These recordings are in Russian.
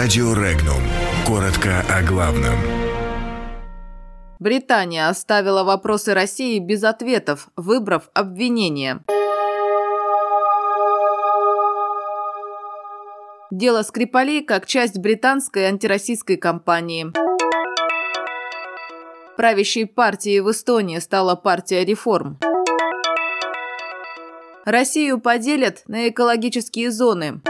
Радио Регнум. Коротко о главном. Британия оставила вопросы России без ответов, выбрав обвинение. Дело Скрипалей как часть британской антироссийской кампании. Правящей партией в Эстонии стала партия реформ. Россию поделят на экологические зоны.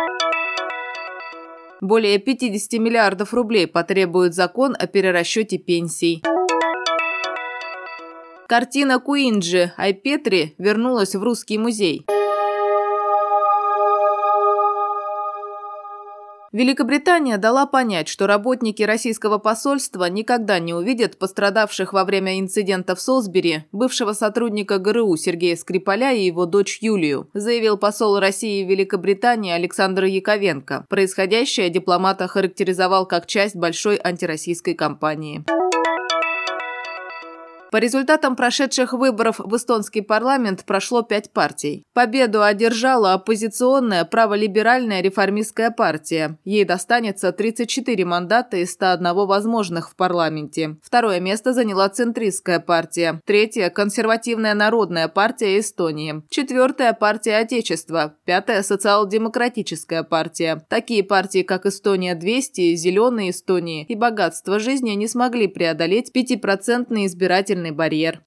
Более 50 миллиардов рублей потребует закон о перерасчете пенсий. Картина Куинджи «Ай Петри» вернулась в Русский музей. Великобритания дала понять, что работники российского посольства никогда не увидят пострадавших во время инцидента в Солсбери бывшего сотрудника ГРУ Сергея Скрипаля и его дочь Юлию, заявил посол России в Великобритании Александр Яковенко. Происходящее дипломат охарактеризовал как часть большой антироссийской кампании. По результатам прошедших выборов в эстонский парламент прошло 5 партий. Победу одержала оппозиционная праволиберальная реформистская партия. Ей достанется 34 мандата из 101 возможных в парламенте. Второе место заняла центристская партия. Третье – консервативная народная партия Эстонии. Четвертая – партия Отечества. Пятая – социал-демократическая партия. Такие партии, как Эстония-200, Зеленые Эстонии и Богатство жизни не смогли преодолеть 5% избирательный барьер.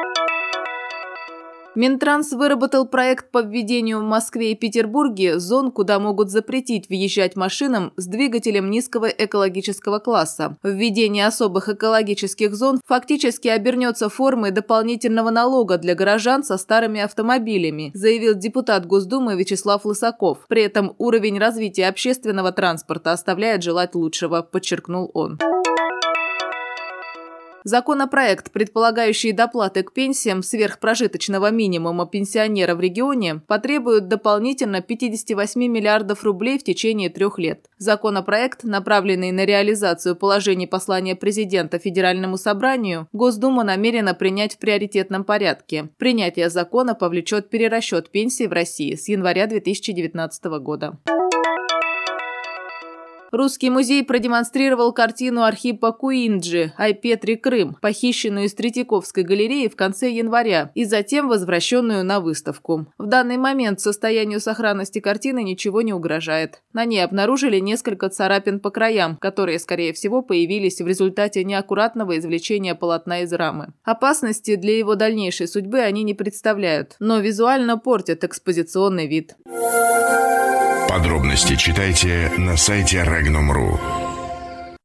Минтранс выработал проект по введению в Москве и Петербурге зон, куда могут запретить въезжать машинам с двигателем низкого экологического класса. Введение особых экологических зон фактически обернется формой дополнительного налога для горожан со старыми автомобилями, заявил депутат Госдумы Вячеслав Лысаков. При этом уровень развития общественного транспорта оставляет желать лучшего, подчеркнул он. Законопроект, предполагающий доплаты к пенсиям сверхпрожиточного минимума пенсионера в регионе, потребует дополнительно 58 миллиардов рублей в течение 3 лет. Законопроект, направленный на реализацию положений послания президента Федеральному собранию, Госдума намерена принять в приоритетном порядке. Принятие закона повлечет перерасчет пенсий в России с января 2019 года. Русский музей продемонстрировал картину Архипа Куинджи «Ай Петри, Крым», похищенную из Третьяковской галереи в конце января и затем возвращенную на выставку. В данный момент состоянию сохранности картины ничего не угрожает. На ней обнаружили несколько царапин по краям, которые, скорее всего, появились в результате неаккуратного извлечения полотна из рамы. Опасности для его дальнейшей судьбы они не представляют, но визуально портят экспозиционный вид. Подробности читайте на сайте Regnum.ru.